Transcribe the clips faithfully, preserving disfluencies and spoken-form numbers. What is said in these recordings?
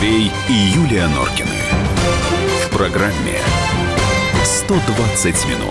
Андрей и Юлия Норкины. В программе сто двадцать минут.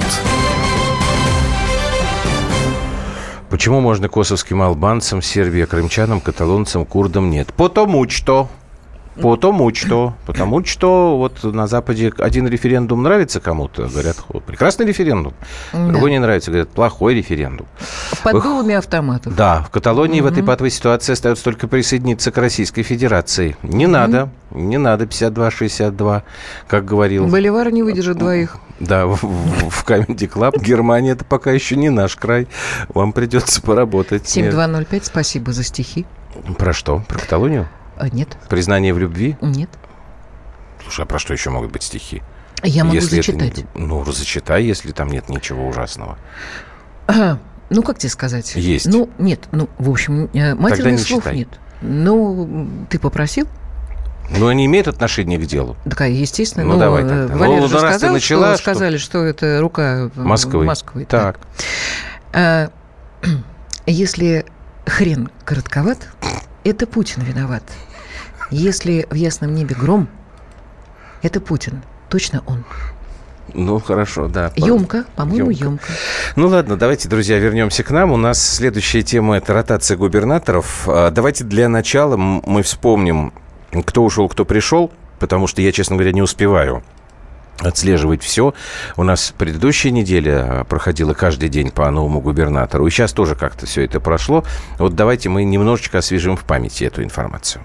Почему можно косовским албанцам, Сербии, крымчанам, каталонцам, курдам нет? Потому что... Потому что, потому что вот на Западе один референдум нравится кому-то, говорят, прекрасный референдум, да. Другой не нравится, говорят, плохой референдум. Под дулами автоматов. Да, в Каталонии угу. в этой патовой ситуации остается только присоединиться к Российской Федерации. Не угу. надо, не надо пятьдесят два шестьдесят два, как говорил... Боливар не выдержит двоих. Да, в, в, в Comedy Club. Германия – это пока еще не наш край. Вам придется поработать. семь два ноль пять, спасибо за стихи. Про что? Про Каталонию? Нет. Признание в любви? Нет. Слушай, а про что еще могут быть стихи? Я могу если зачитать. Это, ну, зачитай, если там нет ничего ужасного. А, ну, как тебе сказать? Есть. Ну, нет, ну, в общем, матерных слов читай. Нет. Ну, ты попросил? Ну, они имеют отношение к делу. Да, естественно. Ну, ну давай тогда. Валерий ну, же раз сказал, ты начала, что, что... сказали, что это рука Москвы. Москвы. Так. А, если хрен коротковат, это Путин виноват. Если в ясном небе гром, это Путин. Точно он. Ну, хорошо, да. Емко, по-моему, емко. Ну, ладно, давайте, друзья, вернемся к нам. У нас следующая тема – это ротация губернаторов. Давайте для начала мы вспомним, кто ушел, кто пришел, потому что я, честно говоря, не успеваю отслеживать все. У нас предыдущая неделя проходила каждый день по новому губернатору. И сейчас тоже как-то все это прошло. Вот давайте мы немножечко освежим в памяти эту информацию.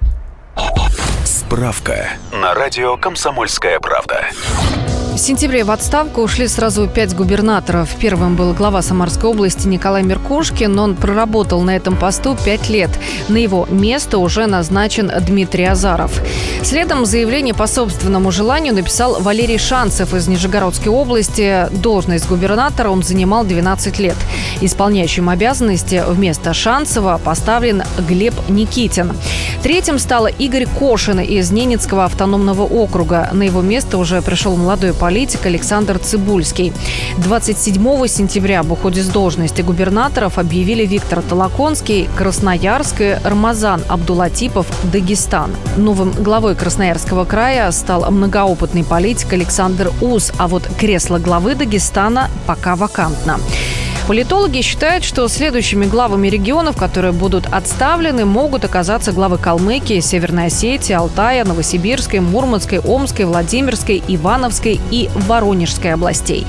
Справка на радио «Комсомольская правда». В сентябре в отставку ушли сразу пять губернаторов. Первым был глава Самарской области Николай Меркушкин. Он проработал на этом посту пять лет. На его место уже назначен Дмитрий Азаров. Следом заявление по собственному желанию написал Валерий Шанцев из Нижегородской области. Должность губернатора он занимал двенадцать лет. Исполняющим обязанности вместо Шанцева поставлен Глеб Никитин. Третьим стал Игорь Кошин из Ненецкого автономного округа. На его место уже пришел молодой политик Александр Цыбульский. двадцать седьмого сентября об уходе с должности губернаторов объявили Виктор Толоконский, Красноярск, и Рамазан Абдулатипов, Дагестан. Новым главой Красноярского края стал многоопытный политик Александр Уз, а вот кресло главы Дагестана пока вакантно. Политологи считают, что следующими главами регионов, которые будут отставлены, могут оказаться главы Калмыкии, Северной Осетии, Алтая, Новосибирской, Мурманской, Омской, Владимирской, Ивановской и Воронежской областей.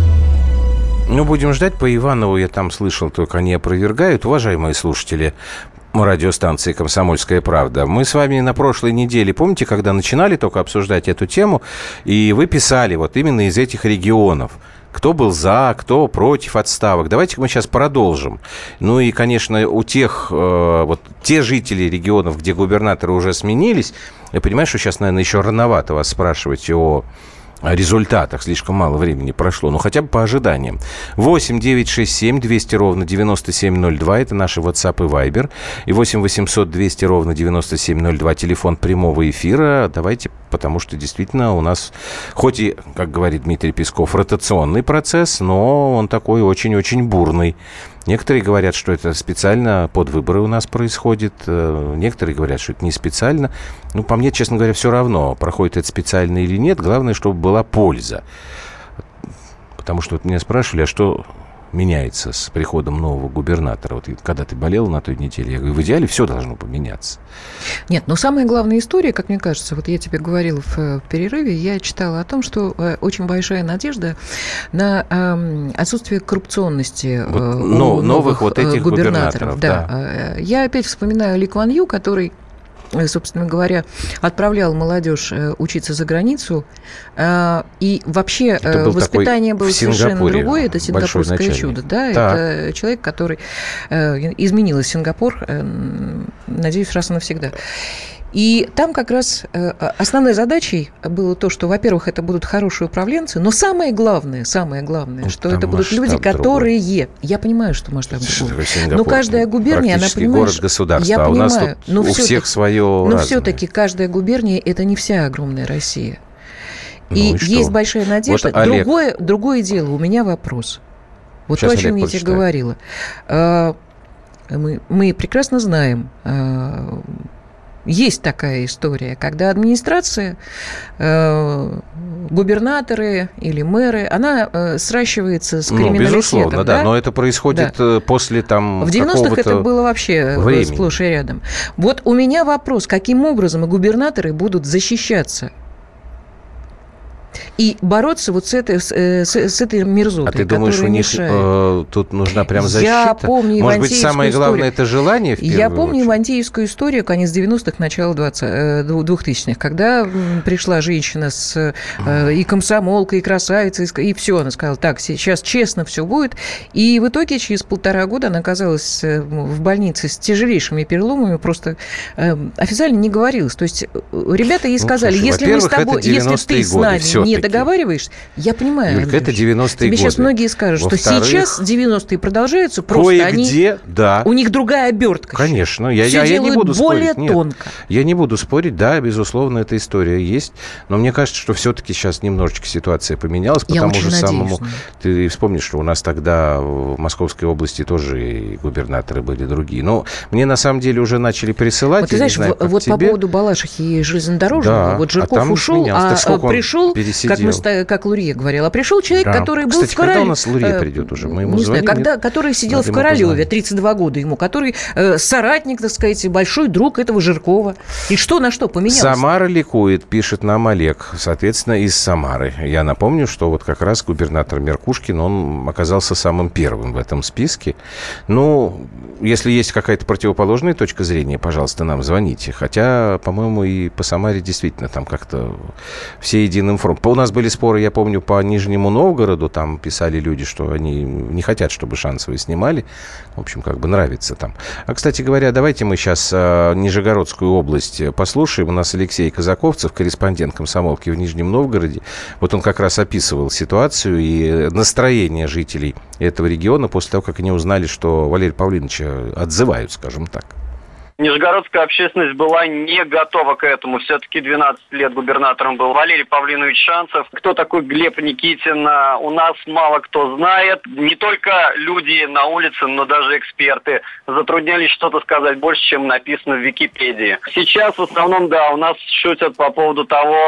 Ну, будем ждать. По Иванову я там слышал, только они опровергают. Уважаемые слушатели радиостанции «Комсомольская правда», мы с вами на прошлой неделе, помните, когда начинали только обсуждать эту тему, и вы писали вот именно из этих регионов. Кто был за, кто против отставок. Давайте мы сейчас продолжим. Ну и, конечно, у тех, э, вот те жители регионов, где губернаторы уже сменились, я понимаю, что сейчас, наверное, еще рановато вас спрашивать о результатах, слишком мало времени прошло, но хотя бы по ожиданиям. восемь девятьсот шестьдесят семь двести ровно девяносто семь ноль два, это наши WhatsApp и Viber, и восемь восемьсот двести ровно девяносто семь ноль два, телефон прямого эфира. Давайте, потому что действительно у нас, хоть и, как говорит Дмитрий Песков, ротационный процесс, но он такой очень-очень бурный. Некоторые говорят, что это специально под выборы у нас происходит. Некоторые говорят, что это не специально. Ну, по мне, честно говоря, все равно, проходит это специально или нет. Главное, чтобы была польза. Потому что вот меня спрашивали, а что меняется с приходом нового губернатора? Вот когда ты болел на той неделе, я говорю, в идеале все должно поменяться. Нет, но самая главная история, как мне кажется, вот я тебе говорила в, в перерыве, я читала о том, что э, очень большая надежда на э, отсутствие коррупционности э, вот, у но, новых, новых вот этих губернаторов. губернаторов. Да. Да. Я опять вспоминаю Ли Куан Ю, который, собственно говоря, отправлял молодежь учиться за границу. И вообще воспитание было совершенно другое. Это сингапурское чудо. Да? Это человек, который изменил Сингапур, надеюсь, раз и навсегда. И там как раз основной задачей было то, что, во-первых, это будут хорошие управленцы, но самое главное, самое главное, вот что это будут люди, которые... Другой. Я понимаю, что масштаб другой. Но каждая губерния, она, понимаешь... город-государство, я а понимаю, у нас тут у всех свое Но разное. все-таки каждая губерния – это не вся огромная Россия. Ну и и есть большая надежда. Вот, Олег... другое, другое дело, у меня вопрос. Вот Сейчас то, о чем Олег я тебе говорила. Мы, мы прекрасно знаем... Есть такая история, когда администрация, э, губернаторы или мэры, она э, сращивается с криминалитетом. Ну, безусловно, да, да, но это происходит да. после там В девяностых это было вообще времени. Сплошь и рядом. Вот у меня вопрос, каким образом и губернаторы будут защищаться и бороться вот с этой, с, с этой мерзотой, а ты думаешь, у них э, тут нужна прям защита? Я помню Может быть, самое главное, это желание в первую Я помню очередь? Ивантеевскую историю, конец девяностых, начало двухтысячных, когда пришла женщина с э, и комсомолкой, и красавицей, и все, она сказала, так, сейчас честно все будет, и в итоге через полтора года она оказалась в больнице с тяжелейшими переломами, просто э, официально не говорилось. То есть ребята ей сказали, ну, слушай, если мы с тобой, если ты с нами не договариваешься, я понимаю, Юлька, это девяностые тебе годы. Сейчас многие скажут, что сейчас девяностые продолжаются, просто кое-где, они, да. у них другая обертка. Конечно, я, я, я не буду более спорить. тонко. Нет, я не буду спорить, да, безусловно, эта история есть, но мне кажется, что все-таки сейчас немножечко ситуация поменялась, по я тому же надеюсь, самому. да. Ты вспомнишь, что у нас тогда в Московской области тоже и губернаторы были другие. Но мне на самом деле уже начали присылать. Вот ты знаешь, знаю, вот тебе. По поводу Балашихи и железнодорожного, да, вот Жирков а ушел, а пришел, как, мы, как Лурье говорил, а пришел человек, да. который был Кстати, в Королеве. когда у нас Лурье придет уже? Мы ему не звоним, знаю, когда, который сидел в Королеве, тридцать два года ему, который э, соратник, так сказать, большой друг этого Жиркова. И что на что поменялось? Самара ликует, пишет нам Олег, соответственно, из Самары. Я напомню, что вот как раз губернатор Меркушкин, он оказался самым первым в этом списке. Ну, если есть какая-то противоположная точка зрения, пожалуйста, нам звоните. Хотя, по-моему, и по Самаре действительно там как-то все единым фронтом. У нас были споры, я помню, по Нижнему Новгороду, там писали люди, что они не хотят, чтобы Шанцевой снимали. В общем, как бы нравится там. А, кстати говоря, давайте мы сейчас а, Нижегородскую область послушаем. У нас Алексей Казаковцев, корреспондент «Комсомолки» в Нижнем Новгороде. Вот он как раз описывал ситуацию и настроение жителей этого региона после того, как они узнали, что Валерия Павловича отзывают, скажем так. Нижегородская общественность была не готова к этому. Все-таки двенадцать лет губернатором был Валерий Павлинович Шанцев. Кто такой Глеб Никитин, у нас мало кто знает. Не только люди на улице, но даже эксперты затруднялись что-то сказать больше, чем написано в Википедии. Сейчас в основном, да, у нас шутят по поводу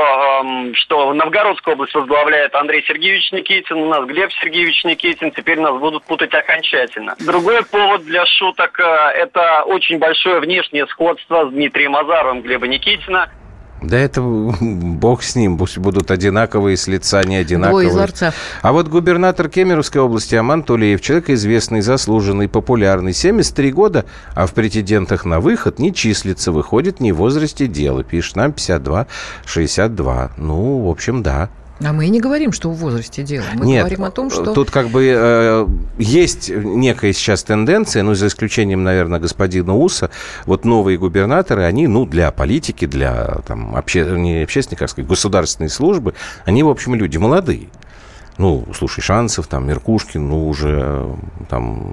того, что Новгородскую область возглавляет Андрей Сергеевич Никитин, у нас Глеб Сергеевич Никитин. Теперь нас будут путать окончательно. Другой повод для шуток – это очень большое внешнее внешнее сходство с Дмитрием Азаровым Глеба Никитина. Да это бог с ним, пусть будут одинаковые с лица, не одинаковые. Двое из ларца. А вот губернатор Кемеровской области Аман Тулеев, человек известный, заслуженный, популярный, семьдесят три года, а в претендентах на выход не числится, выходит не в возрасте дела, пишет нам пятьдесят два шестьдесят два. Ну, в общем, да. А мы и не говорим, что в возрасте дело. Мы Нет, говорим о том, что... тут как бы э, есть некая сейчас тенденция, ну, за исключением, наверное, господина Уса, вот новые губернаторы, они, ну, для политики, для, там, обще... не общественной, как сказать, государственной службы, они, в общем, люди молодые. Ну, слушай, Шанцев, там, Меркушкин, ну, уже, там,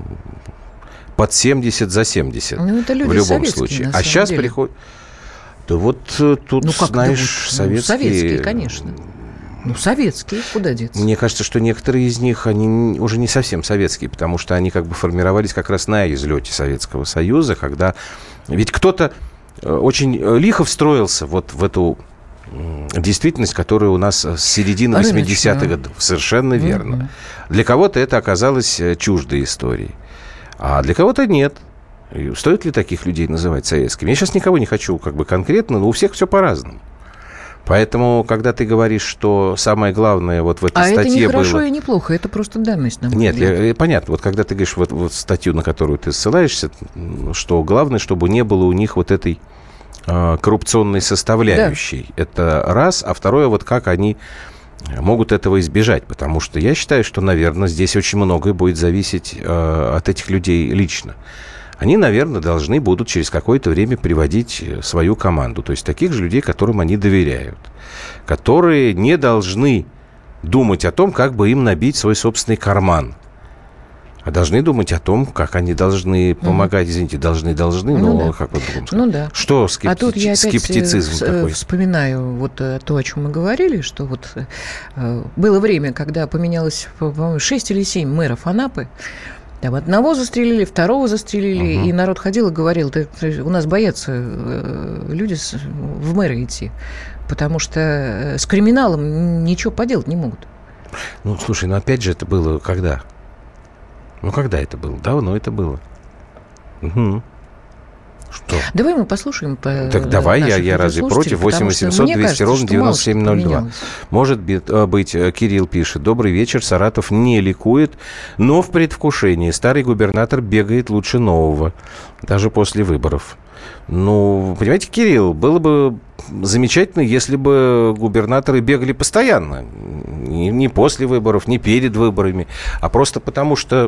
под семьдесят за семьдесят. Ну, это люди в любом случае. А сейчас деле. приходит... Да вот тут, ну, как знаешь, это, советские... Ну, советские, конечно. Ну, советские, куда деться? Мне кажется, что некоторые из них, они уже не совсем советские, потому что они как бы формировались как раз на излете Советского Союза, когда... Ведь кто-то очень лихо встроился вот в эту действительность, которая у нас с середины восьмидесятых годов. Совершенно верно. Mm-hmm. Для кого-то это оказалось чуждой историей, а для кого-то нет. И стоит ли таких людей называть советскими? Я сейчас никого не хочу как бы конкретно, но у всех все по-разному. Поэтому, когда ты говоришь, что самое главное вот в этой а статье было... А это не хорошо было... и не плохо, это просто данность, на мой Нет, взгляд. я, понятно. Вот когда ты говоришь вот, вот статью, на которую ты ссылаешься, что главное, чтобы не было у них вот этой э, коррупционной составляющей. Да. Это раз. А второе, вот как они могут этого избежать. Потому что я считаю, что, наверное, здесь очень многое будет зависеть э, от этих людей лично. Они, наверное, должны будут через какое-то время приводить свою команду. То есть таких же людей, которым они доверяют. Которые не должны думать о том, как бы им набить свой собственный карман. А должны думать о том, как они должны помогать. Извините, должны-должны, но ну, да. как вы думаете? Ну да. Что скепти... а тут я опять скептицизм такой? Вспоминаю вот то, о чем мы говорили, что вот было время, когда поменялось, по-моему, шесть или семь мэров Анапы. Там одного застрелили, второго застрелили, угу. и народ ходил и говорил, да, у нас боятся люди в мэры идти, потому что с криминалом ничего поделать не могут. Ну, слушай, ну опять же это было когда? Ну, когда это было? Давно это было. Угу. Что? Давай мы послушаем. По так давай, я, я разве против? восемь восемьсот двести ровно девяносто семь ноль два. Может быть, Кирилл пишет. Добрый вечер, Саратов не ликует, но в предвкушении. Старый губернатор бегает лучше нового, даже после выборов. Ну, понимаете, Кирилл, было бы замечательно, если бы губернаторы бегали постоянно. Не, не после выборов, не перед выборами, а просто потому что...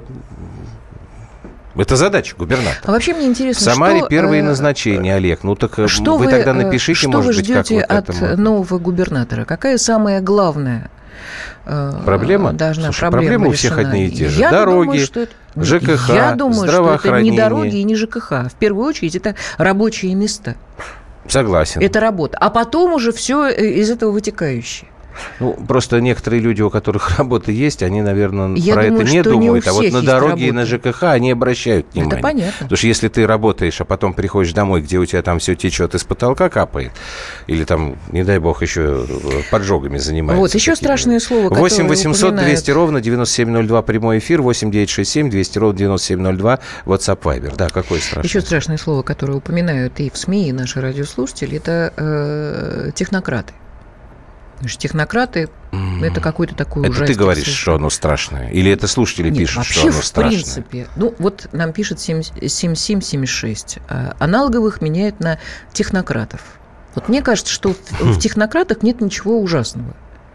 Это задача губернатора. А вообще мне интересно, в Самаре что, первые назначения, Олег. Ну так что вы, вы тогда напишите, что может вы быть, как вот от этому. Нового губернатора? Какая самая главная проблема? Должна Слушай, проблема проблемы у решена? всех одни и те же. Я Дороги, думаю, что это... ЖКХ, Я думаю, здравоохранение. что это не дороги и не ЖКХ. В первую очередь, это рабочие места. Согласен. Это работа. А потом уже все из этого вытекающее. Ну, просто некоторые люди, у которых работа есть, они, наверное, Я про думаю, это не думают. Не а вот на дороге и на работа. ЖКХ они обращают внимание. Это понятно. Потому что если ты работаешь, а потом приходишь домой, где у тебя там все течет, из потолка капает, или там, не дай бог, еще поджогами занимаются. Вот, еще страшное слово, которое восемь восемьсот двести упоминают... ровно девяносто семь ноль два прямой эфир, восемь девятьсот шестьдесят семь двести ровно девяносто семь ноль два WhatsApp Viber. Да, какое страшное. Еще страшное слово, которое упоминают и в СМИ, и наши радиослушатели, это э, технократы. Значит, технократы mm. – это какой-то такой это ужасный. Это ты говоришь, совершенно. Что оно страшное? Или это слушатели Нет, пишут, вообще, что оно страшное? в принципе. Ну, вот нам пишет семь семь семь шесть. А аналоговых меняют на технократов. Вот мне кажется, что в, в технократах нет ничего ужасного.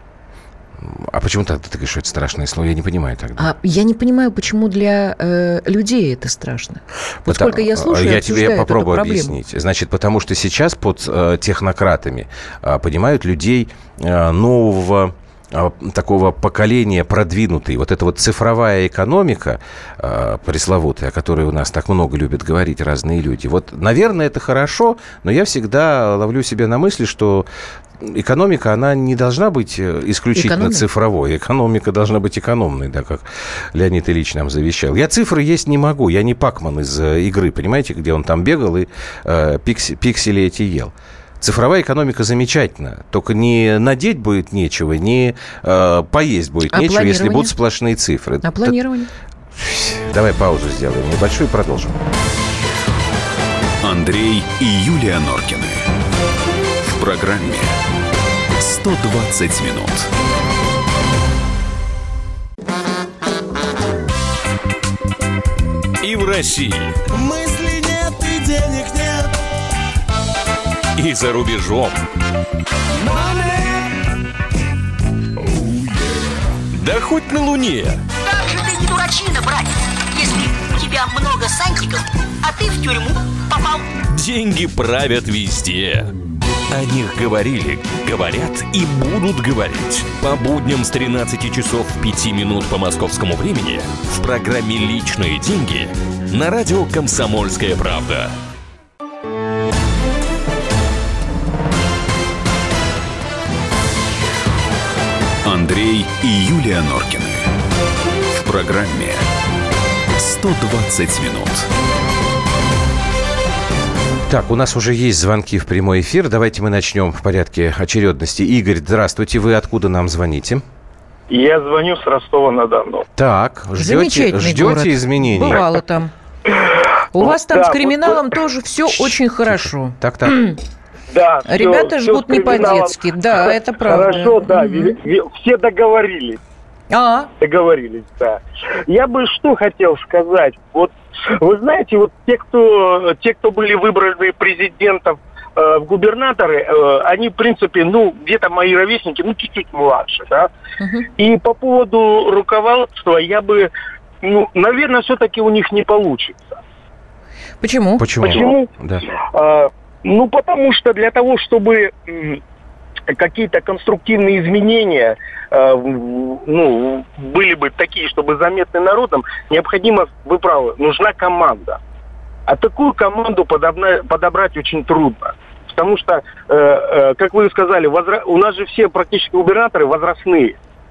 А почему тогда ты говоришь, что это страшное слово? Я не понимаю тогда. А я не понимаю, почему для э, людей это страшно. Вот потому, сколько я слушаю, я тебе попробую эту объяснить. Значит, потому что сейчас под э, технократами э, понимают людей э, нового э, такого поколения продвинутой. Вот эта вот цифровая экономика э, пресловутая, о которой у нас так много любят говорить разные люди. Вот, наверное, это хорошо, но я всегда ловлю себя на мысли, что экономика, она не должна быть исключительно Экономия? цифровой. Экономика должна быть экономной, да, как Леонид Ильич нам завещал. Я цифры есть не могу. Я не Пакман из э, игры, понимаете, где он там бегал и э, пикси, пиксели эти ел. Цифровая экономика замечательна. Только не надеть будет нечего, не э, поесть будет а нечего, если будут сплошные цифры. А планирование? Давай паузу сделаем небольшую и продолжим. Андрей и Юлия Норкины. В программе сто двадцать минут. И в России. Мысли нет и денег нет. И за рубежом. Да хоть на Луне. Как же ты не дурачина, братец, если у тебя много сантиков, а ты в тюрьму попал. Деньги правят везде. О них говорили, говорят и будут говорить. По будням с тринадцати часов пяти минут по московскому времени в программе «Личные деньги» на радио «Комсомольская правда». Андрей и Юлия Норкины. В программе сто двадцать минут. Так, у нас уже есть звонки в прямой эфир. Давайте мы начнем в порядке очередности. Игорь, здравствуйте. Вы откуда нам звоните? Я звоню с Ростова-на-Дону. Так, ждете, ждете город. изменений? Бывало там. У вас там с криминалом тоже все очень хорошо. Так, так. Да, ребята все, жгут все не по-детски, да, это правда. Хорошо, да, угу. Все договорились. А? Договорились, да. Я бы что хотел сказать. Вот, вы знаете, вот те, кто, те, кто были выбраны президентом э, в губернаторы, э, они, в принципе, ну, где-то мои ровесники, ну, чуть-чуть младше, да. Угу. И по поводу руководства я бы, ну, наверное, все-таки у них не получится. Почему? Почему? Почему? Да. А, ну, потому что для того, чтобы м, какие-то конструктивные изменения э, ну, были бы такие, чтобы заметны народом, необходимо, вы правы, нужна команда. А такую команду подобна, подобрать очень трудно. Потому что, э, э, как вы сказали, возра... у нас же все практически губернаторы возрастные.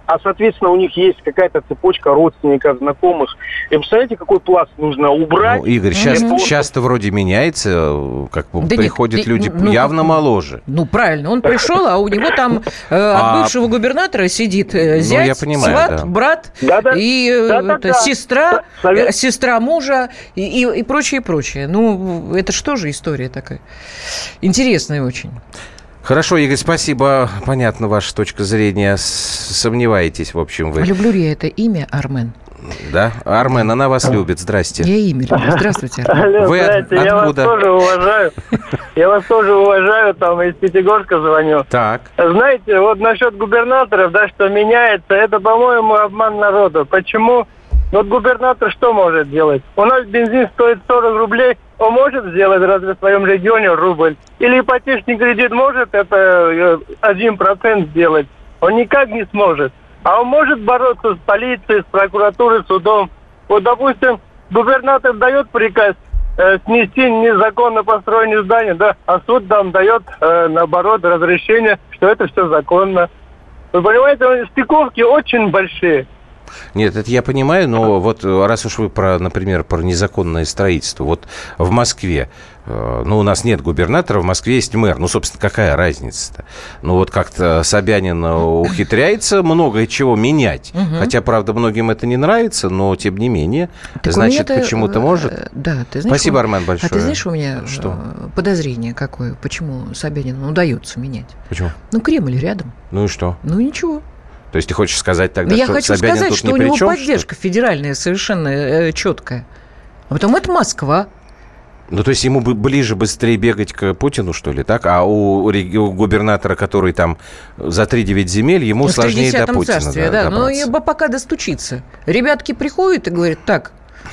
а, соответственно, у них есть какая-то цепочка родственников, знакомых. И представляете, какой пласт нужно убрать? Ну, Игорь, сейчас, mm-hmm. сейчас-то вроде меняется, как бы да приходят нет, люди ну, явно ну, моложе. Ну, правильно, он пришел, а у него там э, от бывшего губернатора сидит э, зять, ну, я понимаю, сват, да. брат да-да. и э, да-да-да. сестра, э, сестра мужа и, и, и прочее, прочее. Ну, это что же история такая? Интересная очень. Хорошо, Игорь, спасибо. Понятно, ваша точка зрения. Сомневаетесь, в общем, вы. Люблю ли я это имя Армен? Да, Армен, она вас любит. Здрасте. Я имя люблю. Здравствуйте, Армен. Алло, вы знаете, от, я вас тоже уважаю. Я вас тоже уважаю, там из Пятигорска звоню. Так. Знаете, вот насчет губернаторов, да, что меняется, это, по-моему, обман народа. Почему? Вот губернатор что может делать? У нас бензин стоит сорок рублей, он может сделать разве в своем регионе рубль? Или ипотечный кредит может это один процент сделать? Он никак не сможет. А он может бороться с полицией, с прокуратурой, с судом. Вот, допустим, губернатор дает приказ э, снести незаконно построенное здание, да, а суд там дает, э, наоборот, разрешение, что это все законно. Вы понимаете, стыковки очень большие. Нет, это я понимаю, но вот раз уж вы, про, например, про незаконное строительство, вот в Москве, э, ну, у нас нет губернатора, в Москве есть мэр, ну, собственно, какая разница-то? Ну, вот как-то Собянин ухитряется многое чего менять, угу. хотя, правда, многим это не нравится, но, тем не менее, так значит, почему-то может. Да, ты знаешь, спасибо, Армен, большое. А ты знаешь, у меня что? подозрение какое, почему Собянину удается менять? Почему? Ну, Кремль рядом. Ну и что? Ну, ничего. То есть ты хочешь сказать тогда, да что я хочу Собянин сказать, тут что ни у при него чем, поддержка что? федеральная совершенно э, четкая. А потом это Москва. Ну, то есть ему ближе быстрее бегать к Путину, что ли, так? А у, у губернатора, который там за три девять земель, ему ну, сложнее до Путина царстве, да, но я бы пока достучиться. Ребятки приходят и говорят, так,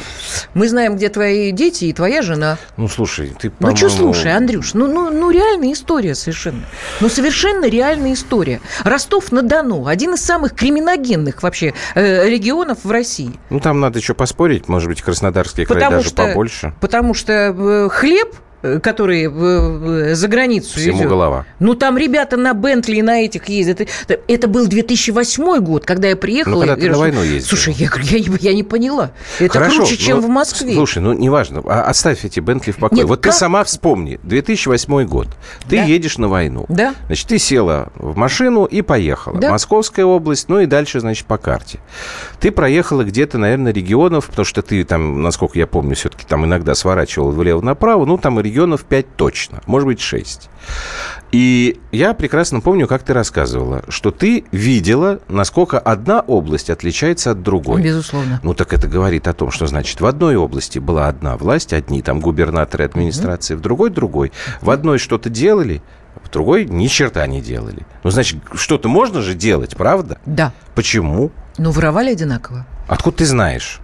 мы знаем, где твои дети и твоя жена. Ну, слушай, ты, по-моему... Ну, что слушай, Андрюш, ну, ну, ну, реальная история совершенно. Ну, совершенно реальная история. Ростов-на-Дону, один из самых криминогенных вообще э, регионов в России. Ну, там надо еще поспорить, может быть, Краснодарский край потому даже что, побольше. Потому что э, хлеб, который в, за границу всему идет. голова. Ну, там ребята на Бентли и на этих ездят. Это, это был две тысячи восьмой год, когда я приехала. Ну, когда и, ты на войну ездила. Слушай, я, я, я не поняла. Это Хорошо, круче, чем ну, в Москве. Слушай, ну, неважно. Оставь эти Бентли в покое. Нет, вот как? Ты сама вспомни. две тысячи восьмой год. Ты да. едешь на войну. Да. Значит, ты села в машину и поехала. Да. Московская область, ну и дальше, значит, по карте. Ты проехала где-то, наверное, регионов, потому что ты там, насколько я помню, все-таки там иногда сворачивал влево-направо, ну, там регионов пять точно. Может быть, шесть. И я прекрасно помню, как ты рассказывала, что ты видела, насколько одна область отличается от другой. Безусловно. Ну, так это говорит о том, что, значит, в одной области была одна власть, одни там губернаторы, администрации, mm-hmm. в другой другой. В одной что-то делали, в другой ни черта не делали. Ну, значит, что-то можно же делать, правда? Да. Почему? Ну, воровали одинаково. Откуда ты знаешь?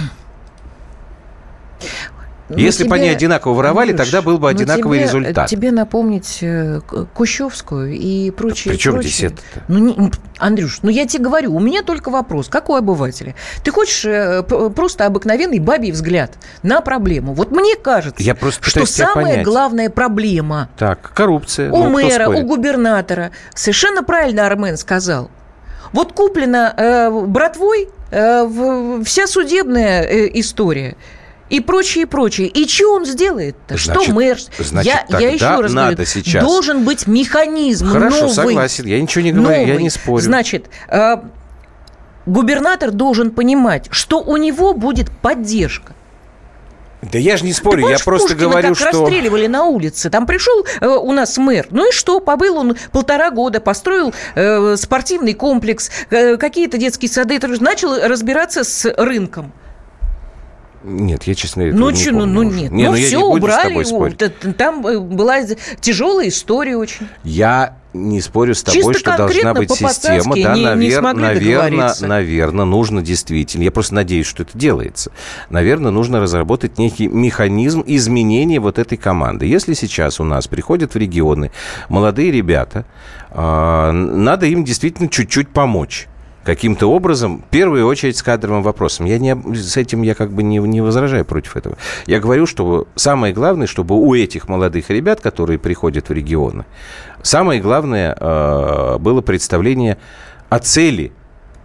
Но Если тебе, бы они одинаково воровали, Андрюш, тогда был бы одинаковый тебе, результат. Тебе напомнить Кущевскую и прочее. При чем прочее. здесь это-то? Ну, не, Андрюш, ну я тебе говорю, у меня только вопрос, как у обывателя. Ты хочешь э, просто обыкновенный бабий взгляд на проблему. Вот мне кажется, я просто что самая понять. главная проблема так, коррупция. у ну, мэра, у губернатора, совершенно правильно Армен сказал. Вот куплена э, братвой э, в, вся судебная э, история. И прочее, и прочее. И что он сделает-то? Значит, что мэр? Значит, я, я еще раз надо говорю, сейчас. должен быть механизм Хорошо, новый. согласен. Я ничего не говорю, новый. я не спорю. Значит, э, губернатор должен понимать, что у него будет поддержка. Да я же не спорю, я просто Пушкина говорю, как что... расстреливали на улице. Там пришел э, у нас мэр. Ну и что? Побыл он полтора года, построил э, спортивный комплекс, э, какие-то детские сады. Начал разбираться с рынком. Нет, я, честно говоря, ну, не че, помню. Ну, нет. Не, ну, ну, все, я не убрали. Его. Там была тяжелая история очень. Я не спорю с тобой, Чисто что должна быть система. Да, не, навер... не наверное, наверное, нужно действительно. Я просто надеюсь, что это делается. Наверное, нужно разработать некий механизм изменения вот этой команды. Если сейчас у нас приходят в регионы молодые ребята, э, надо им действительно чуть-чуть помочь. Каким-то образом, в первую очередь, с кадровым вопросом. Я не, с этим я как бы не, не возражаю против этого. Я говорю, что самое главное, чтобы у этих молодых ребят, которые приходят в регионы, самое главное э, было представление о цели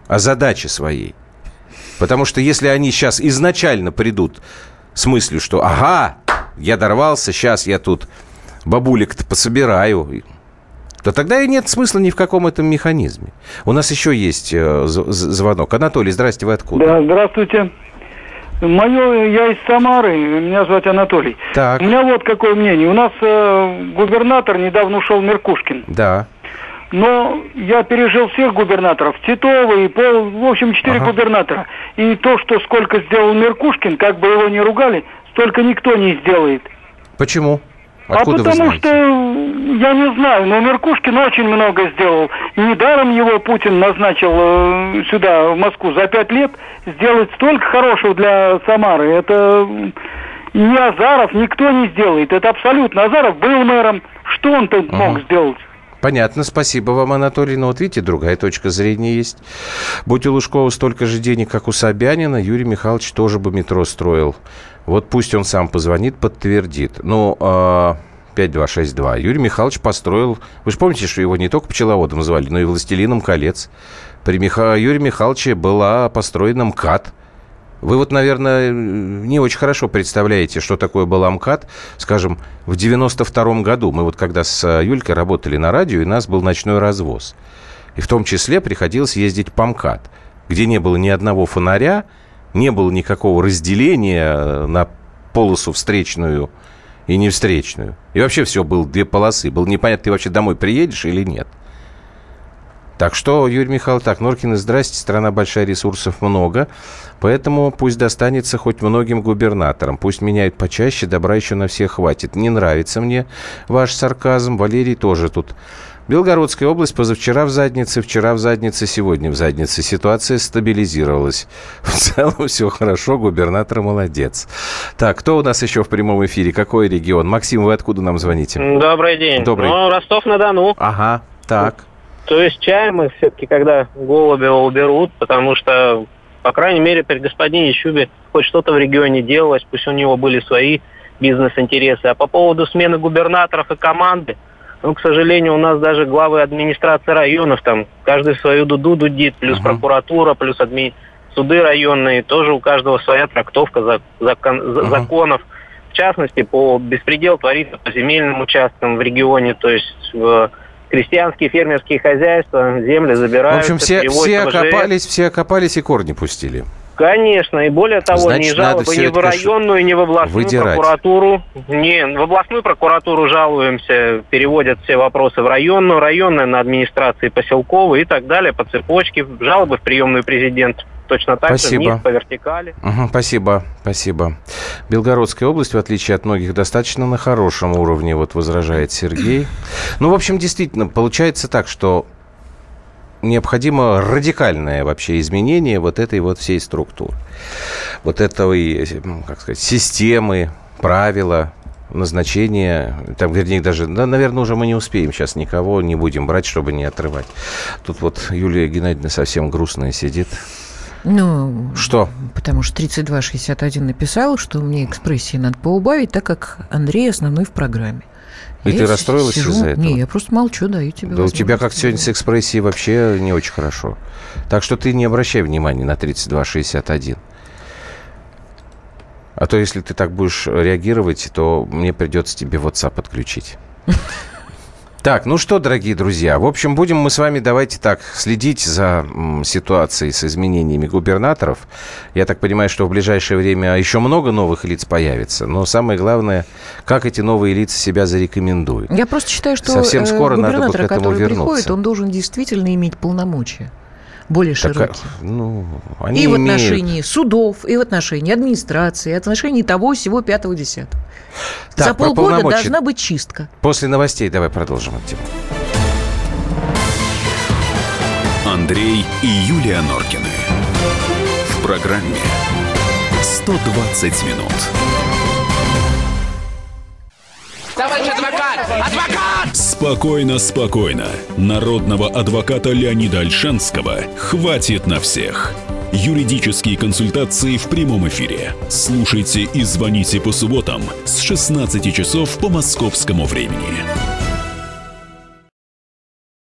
о задаче своей. Потому что если они сейчас изначально придут с мыслью, что ага, я дорвался, сейчас я тут бабулек-то пособираю, то тогда и нет смысла ни в каком этом механизме. У нас еще есть э, звонок. Анатолий, здрасте, вы откуда? Да, здравствуйте. Мое, я из Самары, меня зовут Анатолий. Так. У меня вот какое мнение. У нас э, губернатор недавно ушел, Меркушкин. Да. Но я пережил всех губернаторов. Титова и Пол, в общем, четыре ага. губернатора. И то, что сколько сделал Меркушкин, как бы его ни ругали, столько никто не сделает. Почему? Откуда а потому что, я не знаю, но Меркушкин очень много сделал. И недаром его Путин назначил э, сюда, в Москву, за пять лет сделать столько хорошего для Самары. Это ни Азаров, никто не сделает. Это абсолютно. Азаров был мэром. Что он-то uh-huh. мог сделать? Понятно, спасибо вам, Анатолий. Но вот видите, другая точка зрения есть. Будь у Лужкова столько же денег, как у Собянина, Юрий Михайлович тоже бы метро строил. Вот пусть он сам позвонит, подтвердит. Ну, пять два шесть два. Юрий Михайлович построил... Вы же помните, что его не только пчеловодом звали, но и властелином колец. При Миха... Юрия Михайловича была построена МКАД. Вы вот, наверное, не очень хорошо представляете, что такое был МКАД, скажем, в девяносто втором году. Мы вот когда с Юлькой работали на радио, и у нас был ночной развоз. И в том числе приходилось ездить по МКАД, где не было ни одного фонаря, не было никакого разделения на полосу встречную и невстречную. И вообще все было две полосы. Было непонятно, ты вообще домой приедешь или нет. Так что, Юрий Михайлович, так, Норкины, здрасте, страна большая, ресурсов много, поэтому пусть достанется хоть многим губернаторам, пусть меняют почаще, добра еще на всех хватит. Не нравится мне ваш сарказм, Валерий тоже тут. Белгородская область позавчера в заднице, вчера в заднице, сегодня в заднице. Ситуация стабилизировалась. В целом все хорошо, губернатор молодец. Так, кто у нас еще в прямом эфире? Какой регион? Максим, вы откуда нам звоните? Добрый день. Добрый. Ну, Ростов-на-Дону. Ага, так. То есть чаем мы все-таки, когда Голубева уберут, потому что, по крайней мере, при господине Чубе хоть что-то в регионе делалось, пусть у него были свои бизнес-интересы. А по поводу смены губернаторов и команды, ну, к сожалению, у нас даже главы администрации районов, там, каждый свою дуду дудит, плюс uh-huh. прокуратура, плюс адми... суды районные, тоже у каждого своя трактовка за... закон... uh-huh. законов. В частности, по беспредел творится по земельным участкам в регионе, то есть в крестьянские фермерские хозяйства, земли забираются. В общем, все, все окопались, все окопались и корни пустили. Конечно, и более того, Значит, ни жалобы ни в районную, ни в областную выдирать. прокуратуру. Не, в областную прокуратуру жалуемся, переводят все вопросы в районную, районная на администрации поселковой и так далее, по цепочке. Жалобы в приемную президента. Точно так спасибо. же вниз по вертикали. Угу, спасибо, спасибо. Белгородская область, в отличие от многих, достаточно на хорошем уровне, вот возражает Сергей. Ну, в общем, действительно, получается так, что необходимо радикальное вообще изменение вот этой вот всей структуры. Вот этой, как сказать, системы, правила, назначения, там, вернее, даже, да, наверное, уже мы не успеем сейчас никого, не будем брать, чтобы не отрывать. Тут вот Юлия Геннадьевна совсем грустная сидит. Ну, что? Потому что тридцать два шестьдесят один написал, что мне экспрессии надо поубавить, так как Андрей основной в программе. И я ты расстроилась сижу... из-за этого? Не, я просто молчу, даю тебе. Да у тебя как сегодня с экспрессией вообще не очень хорошо. Так что ты не обращай внимания на тридцать два шестьдесят один. А то, если ты так будешь реагировать, то мне придется тебе WhatsApp подключить. Так, ну что, дорогие друзья, в общем, будем мы с вами, давайте так, следить за м, ситуацией с изменениями губернаторов. Я так понимаю, что в ближайшее время еще много новых лиц появится, но самое главное, как эти новые лица себя зарекомендуют. Я просто считаю, что совсем скоро надо бы к этому который вернуться. Приходит, он должен действительно иметь полномочия. Более так, широкие. Ну, они и в имеют... отношении судов, и в отношении администрации, и в отношении того, всего пятого, десятого. Так, за полгода должна быть чистка. После новостей давай продолжим эту тему. Андрей и Юлия Норкины. В программе сто двадцать минут. Товарищ адвокат! Адвокат! Спокойно, спокойно. Народного адвоката Леонида Ольшанского хватит на всех. Юридические консультации в прямом эфире. Слушайте и звоните по субботам с шестнадцати часов по московскому времени.